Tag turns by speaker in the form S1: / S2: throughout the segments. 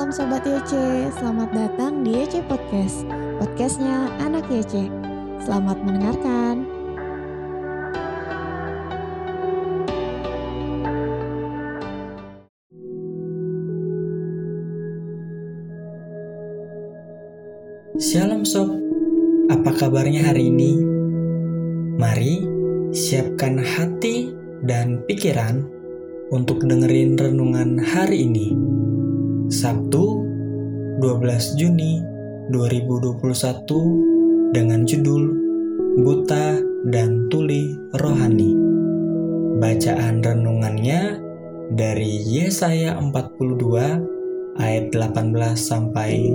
S1: Shalom Sobat YC, selamat datang di YC Podcast, podcastnya anak YC. Selamat mendengarkan.
S2: Shalom Sob, apa kabarnya hari ini? Mari siapkan hati dan pikiran untuk dengerin renungan hari ini, Sabtu 12 Juni 2021 dengan judul Buta dan Tuli Rohani. Bacaan renungannya dari Yesaya 42 ayat 18 sampai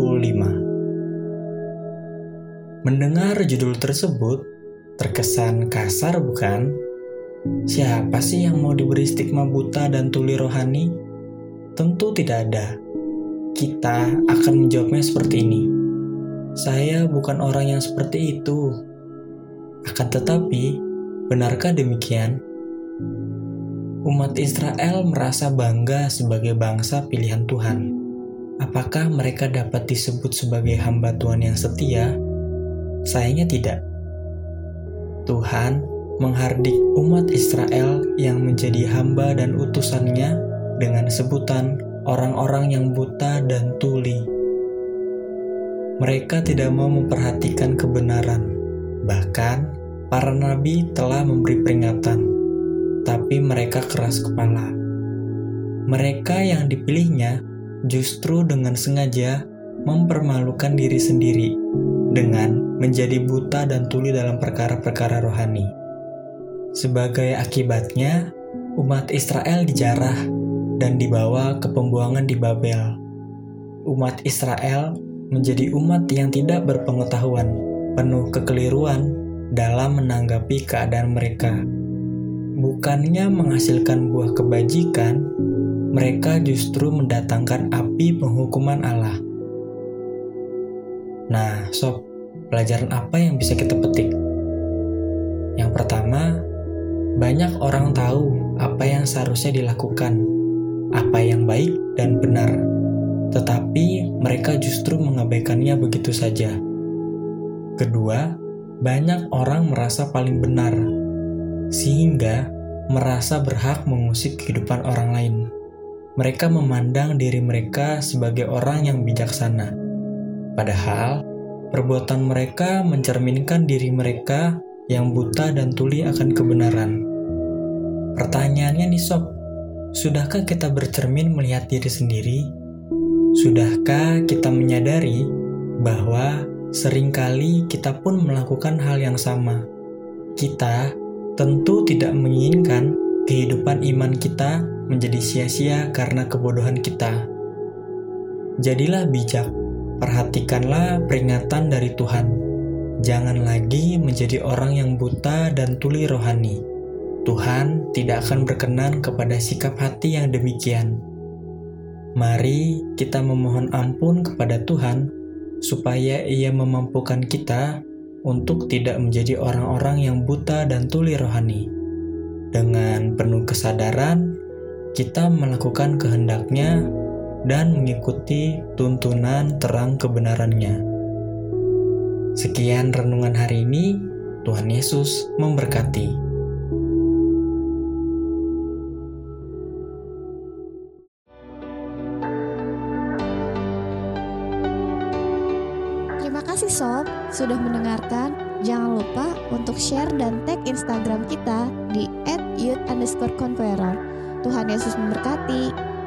S2: 25. Mendengar judul tersebut terkesan kasar, bukan? Siapa sih yang mau diberi stigma buta dan tuli rohani? Tentu tidak ada. Kita akan menjawabnya seperti ini. Saya bukan orang yang seperti itu. Akan tetapi, benarkah demikian? Umat Israel merasa bangga sebagai bangsa pilihan Tuhan. Apakah mereka dapat disebut sebagai hamba Tuhan yang setia? Sayangnya tidak. Tuhan menghardik umat Israel yang menjadi hamba dan utusannya dengan sebutan orang-orang yang buta dan tuli. Mereka tidak mau memperhatikan kebenaran. Bahkan, para nabi telah memberi peringatan, tapi mereka keras kepala. Mereka yang dipilihnya justru dengan sengaja mempermalukan diri sendiri dengan menjadi buta dan tuli dalam perkara-perkara rohani. Sebagai akibatnya, umat Israel dijarah dan dibawa ke pembuangan di Babel. Umat Israel menjadi umat yang tidak berpengetahuan, penuh kekeliruan dalam menanggapi keadaan mereka. Bukannya menghasilkan buah kebajikan, mereka justru mendatangkan api penghukuman Allah. Nah, Sob, pelajaran apa yang bisa kita petik? Yang pertama, banyak orang tahu apa yang seharusnya dilakukan, apa yang baik dan benar, tetapi mereka justru mengabaikannya begitu saja. Kedua, banyak orang merasa paling benar, sehingga merasa berhak mengusik kehidupan orang lain. Mereka memandang diri mereka sebagai orang yang bijaksana, padahal perbuatan mereka mencerminkan diri mereka yang buta dan tuli akan kebenaran. Pertanyaannya nih Sob, sudahkah kita bercermin melihat diri sendiri? Sudahkah kita menyadari bahwa seringkali kita pun melakukan hal yang sama? Kita tentu tidak menginginkan kehidupan iman kita menjadi sia-sia karena kebodohan kita. Jadilah bijak, perhatikanlah peringatan dari Tuhan. Jangan lagi menjadi orang yang buta dan tuli rohani. Tuhan tidak akan berkenan kepada sikap hati yang demikian. Mari kita memohon ampun kepada Tuhan supaya Ia memampukan kita untuk tidak menjadi orang-orang yang buta dan tuli rohani. Dengan penuh kesadaran, kita melakukan kehendak-Nya dan mengikuti tuntunan terang kebenaran-Nya. Sekian renungan hari ini. Tuhan Yesus memberkati.
S1: Terima kasih Sob, sudah mendengarkan. Jangan lupa untuk share dan tag Instagram kita di @youth_conqueror. Tuhan Yesus memberkati.